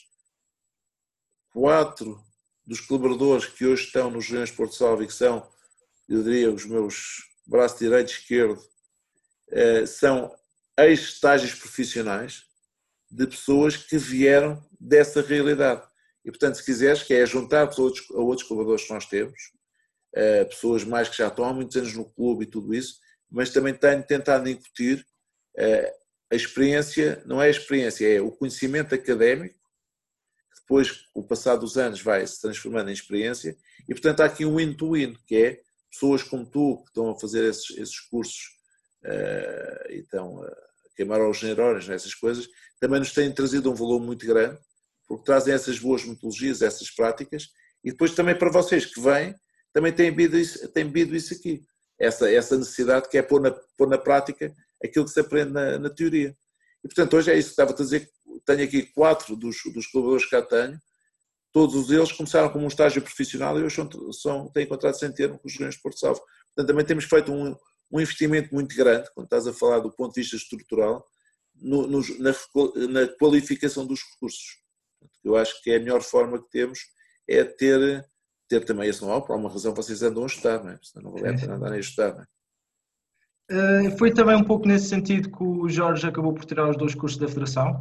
quatro dos colaboradores que hoje estão nos Leões de Porto Salvo e que são, eu diria, os meus braços direito e esquerdo, uh, são ex-estágios profissionais de pessoas que vieram dessa realidade. E, portanto, se quiseres, que é juntar-te a outros, a outros colaboradores que nós temos, uh, pessoas mais que já estão há muitos anos no clube e tudo isso, mas também tenho tentado incutir uh, a experiência, não é a experiência, é o conhecimento académico, que depois, com o passar dos anos, vai se transformando em experiência, e, portanto, há aqui um win-to-win, que é pessoas como tu, que estão a fazer esses, esses cursos uh, e estão a queimar aos generórios nessas coisas, também nos têm trazido um valor muito grande, porque trazem essas boas metodologias, essas práticas, e depois também para vocês que vêm, também têm vindo isso, têm vindo isso aqui. Essa, essa necessidade que é pôr na, pôr na prática aquilo que se aprende na, na teoria. E, portanto, hoje é isso que estava a dizer. Tenho aqui quatro dos, dos colaboradores que cá tenho, todos eles começaram como um estágio profissional e hoje são, são, têm contrato sem termo com os Leões de Porto Salvo. Portanto, também temos feito um, um investimento muito grande, quando estás a falar do ponto de vista estrutural, no, no, na, na qualificação dos recursos. Eu acho que é a melhor forma que temos é ter, ter também esse know-how, por alguma razão vocês andam a estudar, não é? Senão não vale a pena andarem a estudar, não é? Uh, foi também um pouco nesse sentido que o Jorge acabou por tirar os dois cursos da Federação?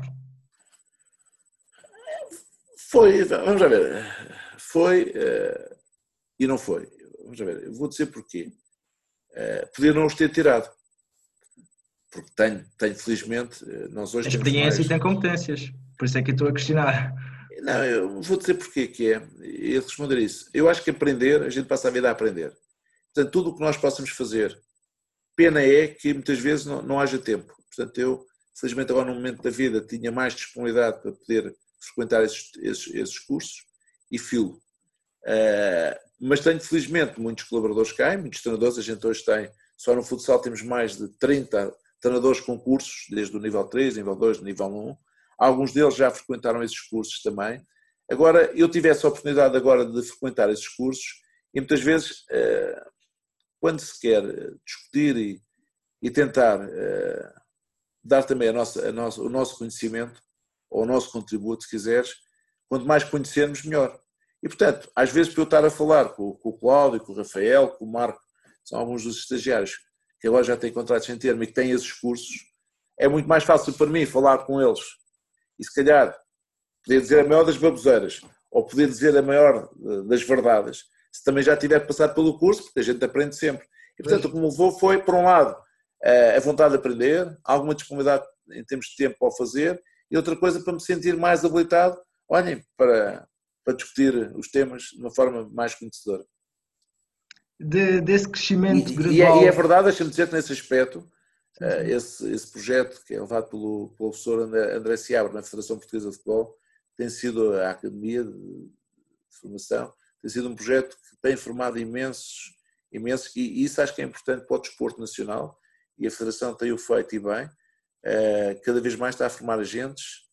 Foi, vamos ver, foi uh, e não foi. Vamos ver, eu vou dizer porquê. Uh, podia não os ter tirado. Porque tenho, tenho felizmente, nós hoje tem temos experiência mais... e tem competências, por isso é que eu estou a questionar. Não, eu vou dizer porquê que é, e responder isso. Eu acho que aprender, a gente passa a vida a aprender. Portanto, tudo o que nós possamos fazer, pena é que muitas vezes não, não haja tempo. Portanto, eu, felizmente agora num momento da vida, tinha mais disponibilidade para poder frequentar esses, esses, esses cursos e filo. Uh, mas tenho felizmente muitos colaboradores cá, muitos treinadores, a gente hoje tem, só no futsal temos mais de trinta treinadores com cursos, desde o nível três, nível dois, nível um. Alguns deles já frequentaram esses cursos também. Agora, eu tive essa oportunidade agora de frequentar esses cursos e muitas vezes, quando se quer discutir e, e tentar dar também a nossa, a nossa, o nosso conhecimento, ou o nosso contributo, se quiseres, quanto mais conhecermos, melhor. E, portanto, às vezes para eu estar a falar com, com o Cláudio, com o Rafael, com o Marco, são alguns dos estagiários que agora já têm contratos sem termo e que têm esses cursos, é muito mais fácil para mim falar com eles e se calhar poder dizer a maior das baboseiras ou poder dizer a maior das verdades, se também já tiver passado pelo curso, porque a gente aprende sempre. E portanto o que me levou foi, por um lado, a vontade de aprender, alguma disponibilidade em termos de tempo ao fazer e outra coisa para me sentir mais habilitado, olhem, para, para discutir os temas de uma forma mais conhecedora. De, desse crescimento e, gradual. E é, e é verdade, deixa-me dizer-te nesse aspecto, sim, sim. Uh, esse, esse projeto que é levado pelo, pelo professor André, André Seabra na Federação Portuguesa de Futebol, tem sido a Academia de Formação, tem sido um projeto que tem formado imensos, imenso, e isso acho que é importante para o desporto nacional, e a Federação tem o feito e bem, cada vez mais está a formar agentes,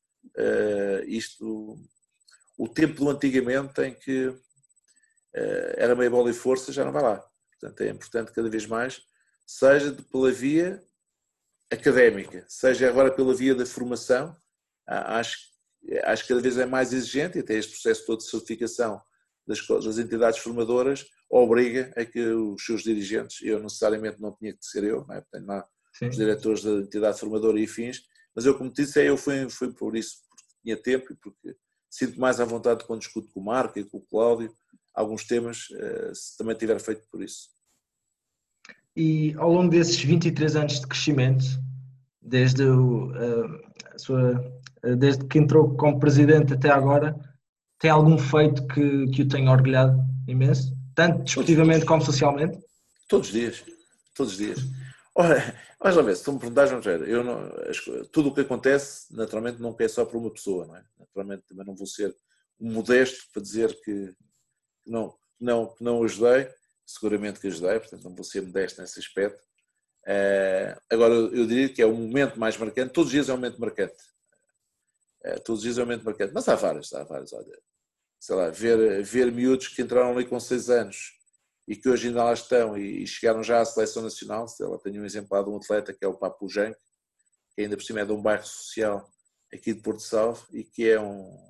isto, o tempo do antigamente em que era meia bola e força, já não vai lá. Portanto, é importante cada vez mais, seja pela via académica, seja agora pela via da formação, acho, acho que cada vez é mais exigente, e até este processo todo de certificação das, das entidades formadoras obriga a que os seus dirigentes, eu necessariamente não tinha que ser eu, não é? Tenho lá Sim. os diretores da entidade formadora e afins, mas eu, como te disse, eu fui, fui por isso, porque tinha tempo e porque sinto mais à vontade quando discuto com o Marco e com o Cláudio, alguns temas, se também tiver feito por isso. E ao longo desses vinte e três anos de crescimento, desde, o, a sua, desde que entrou como presidente até agora, tem algum feito que, que o tenha orgulhado imenso? Tanto desportivamente como socialmente? Todos os dias. Todos os dias. Ora, mais uma vez, se tu me perguntares, eu não, tudo o que acontece, naturalmente, não é só por uma pessoa, não é? Naturalmente, também não vou ser um modesto para dizer que não, não, que não ajudei, seguramente que ajudei, portanto, não vou ser modesto nesse aspecto. Uh, agora, eu diria que é o momento mais marcante, todos os dias é um momento marcante. Uh, todos os dias é um momento marcante, mas há vários, há vários, olha. Sei lá, ver, ver miúdos que entraram ali com seis anos e que hoje ainda lá estão e, e chegaram já à seleção nacional. Sei lá, tenho um exemplar de um atleta que é o Papo Janque, que ainda por cima é de um bairro social aqui de Porto Salvo e que é um,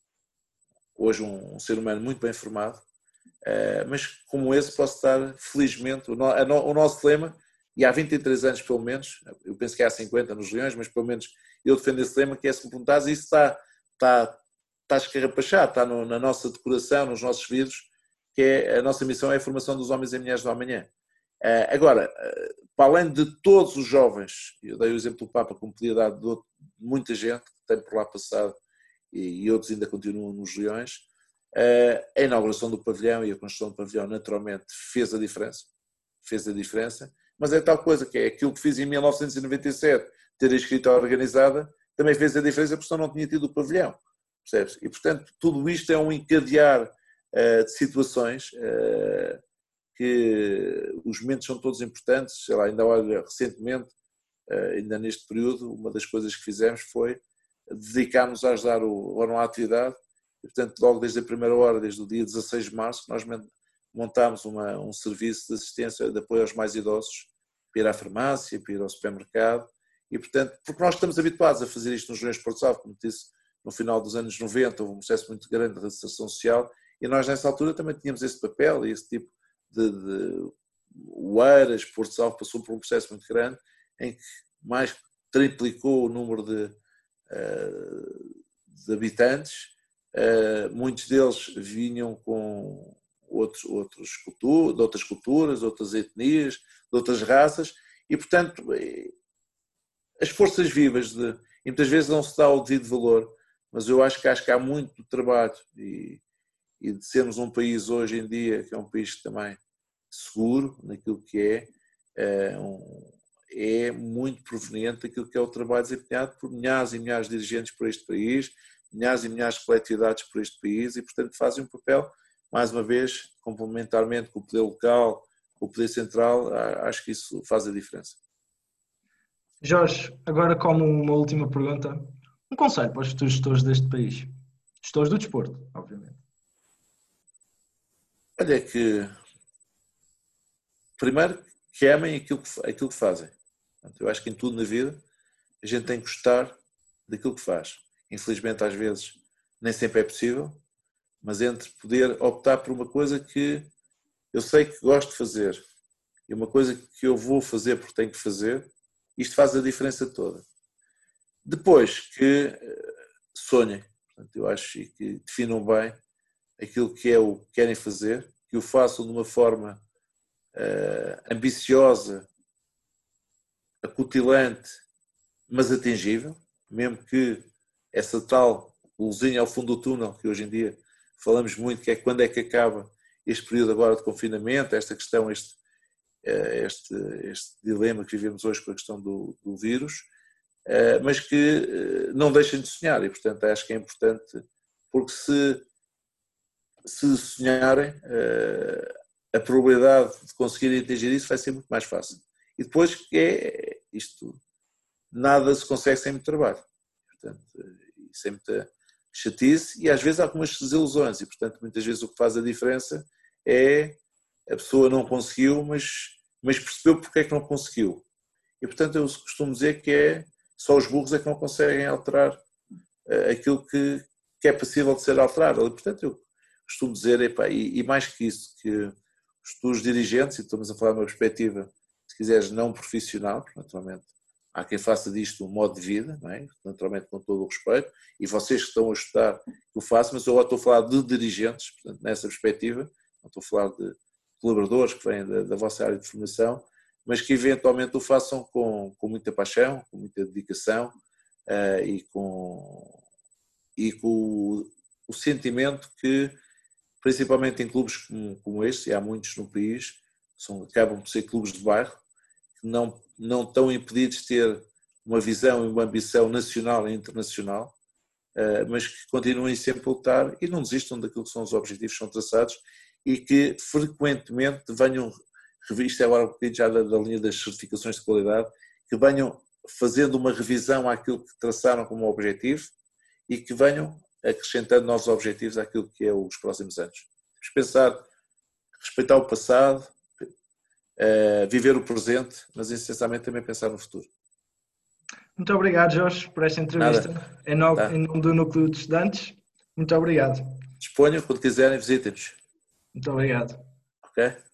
hoje um, um ser humano muito bem formado, uh, mas como esse posso estar, felizmente, o, no, a no, o nosso lema, e há vinte e três anos pelo menos, eu penso que há cinquenta nos Leões, mas pelo menos eu defendo esse lema, que é se me perguntares, isso está... está está escarrapachado, está no, na nossa decoração, nos nossos vidros, que é a nossa missão é a formação dos homens e mulheres do amanhã. Uh, agora, uh, para além de todos os jovens, eu dei o exemplo do Papa como podia dar de, de muita gente que tem por lá passado e, e outros ainda continuam nos Leões, uh, a inauguração do pavilhão e a construção do pavilhão naturalmente fez a diferença, fez a diferença, mas é tal coisa que é aquilo que fiz em mil novecentos e noventa e sete, ter a escrita organizada, também fez a diferença porque senão não tinha tido o pavilhão. Percebes? E, portanto, tudo isto é um encadear uh, de situações uh, que os momentos são todos importantes. Sei lá, ainda olha, recentemente, uh, ainda neste período, uma das coisas que fizemos foi dedicarmos a ajudar o, o ano à atividade. E, portanto, logo desde a primeira hora, desde o dia dezasseis de março, nós montámos uma, um serviço de assistência, de apoio aos mais idosos, para ir à farmácia, para ir ao supermercado. E, portanto, porque nós estamos habituados a fazer isto nos Leões de Porto Salvo, como disse, no final dos anos noventa houve um processo muito grande de reinserção social e nós nessa altura também tínhamos esse papel e esse tipo de... de o Eiras, Porto Salvo passou por um processo muito grande em que mais triplicou o número de, uh, de habitantes, uh, muitos deles vinham com outros, outros culturas, de outras culturas, outras etnias, de outras raças e portanto as forças vivas de, e muitas vezes não se dá o devido valor. Mas eu acho que, acho que há muito trabalho e, e de sermos um país hoje em dia, que é um país também seguro naquilo que é, é, um, é muito proveniente daquilo que é o trabalho desempenhado por milhares e milhares de dirigentes por este país, milhares e milhares de coletividades por este país e, portanto, fazem um papel, mais uma vez, complementarmente com o poder local, com o poder central, acho que isso faz a diferença. Jorge, agora como uma última pergunta, um conselho para os futuros gestores deste país. Gestores do desporto, obviamente. Olha que, primeiro, que amem aquilo que, aquilo que fazem. Eu acho que em tudo na vida a gente tem que gostar daquilo que faz. Infelizmente, às vezes, nem sempre é possível, mas entre poder optar por uma coisa que eu sei que gosto de fazer e uma coisa que eu vou fazer porque tenho que fazer, isto faz a diferença toda. Depois, que sonhem. Portanto, eu acho que definam bem aquilo que é o que querem fazer, que o façam de uma forma uh, ambiciosa, acutilante, mas atingível, mesmo que essa tal luzinha ao fundo do túnel, que hoje em dia falamos muito, que é quando é que acaba este período agora de confinamento, esta questão, este, este, este dilema que vivemos hoje com a questão do, do vírus, mas que não deixem de sonhar e, portanto, acho que é importante, porque se, se sonharem, a probabilidade de conseguir atingir isso vai ser muito mais fácil. E depois é isto, nada se consegue sem muito trabalho. Portanto, sem muita chatice e às vezes há algumas desilusões e, portanto, muitas vezes o que faz a diferença é a pessoa não conseguiu, mas, mas percebeu porque é que não conseguiu. E, portanto, eu costumo dizer que é só os burros é que não conseguem alterar uh, aquilo que, que é possível de ser alterável. E, portanto, eu costumo dizer, epá, e, e mais que isso, que os, os dirigentes, e estamos a falar de uma perspectiva, se quiseres, não profissional, naturalmente, há quem faça disto um modo de vida, não é? Naturalmente com todo o respeito, e vocês que estão a estudar o façam, mas eu agora estou a falar de dirigentes, portanto, nessa perspectiva, não estou a falar de colaboradores que vêm da, da vossa área de formação, mas que eventualmente o façam com, com muita paixão, com muita dedicação uh, e com, e com o, o sentimento que, principalmente em clubes como, como este, e há muitos no país, são, acabam por ser clubes de bairro, que não, não estão impedidos de ter uma visão e uma ambição nacional e internacional, uh, mas que continuem sempre a lutar e não desistam daquilo que são os objetivos que são traçados e que frequentemente venham, isto é agora um bocadinho já da, da linha das certificações de qualidade, que venham fazendo uma revisão àquilo que traçaram como objetivo e que venham acrescentando novos objetivos àquilo que é os próximos anos. Temos que pensar, respeitar o passado, uh, viver o presente, mas essencialmente também pensar no futuro. Muito obrigado, Jorge, por esta entrevista. Em nome, tá. em nome do Núcleo de Estudantes, muito obrigado. Disponham, quando quiserem, visitem-nos. Muito obrigado. Ok?